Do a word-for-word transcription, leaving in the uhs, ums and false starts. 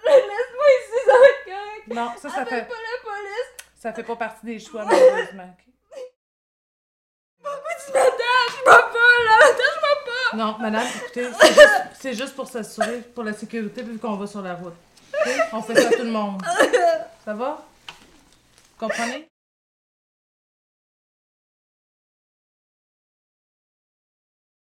Laisse-moi ici, ça va être correct. Non, ça, ça Appelle fait... pas la police. Ça fait pas partie des choix, malheureusement. Pourquoi tu m'attaches? Je m'en pas, là. Attache-moi pas. Non, madame, écoutez, c'est juste, c'est juste pour s'assurer, pour la sécurité, vu qu'on va sur la route. OK? On fait ça à tout le monde. Ça va? Vous comprenez?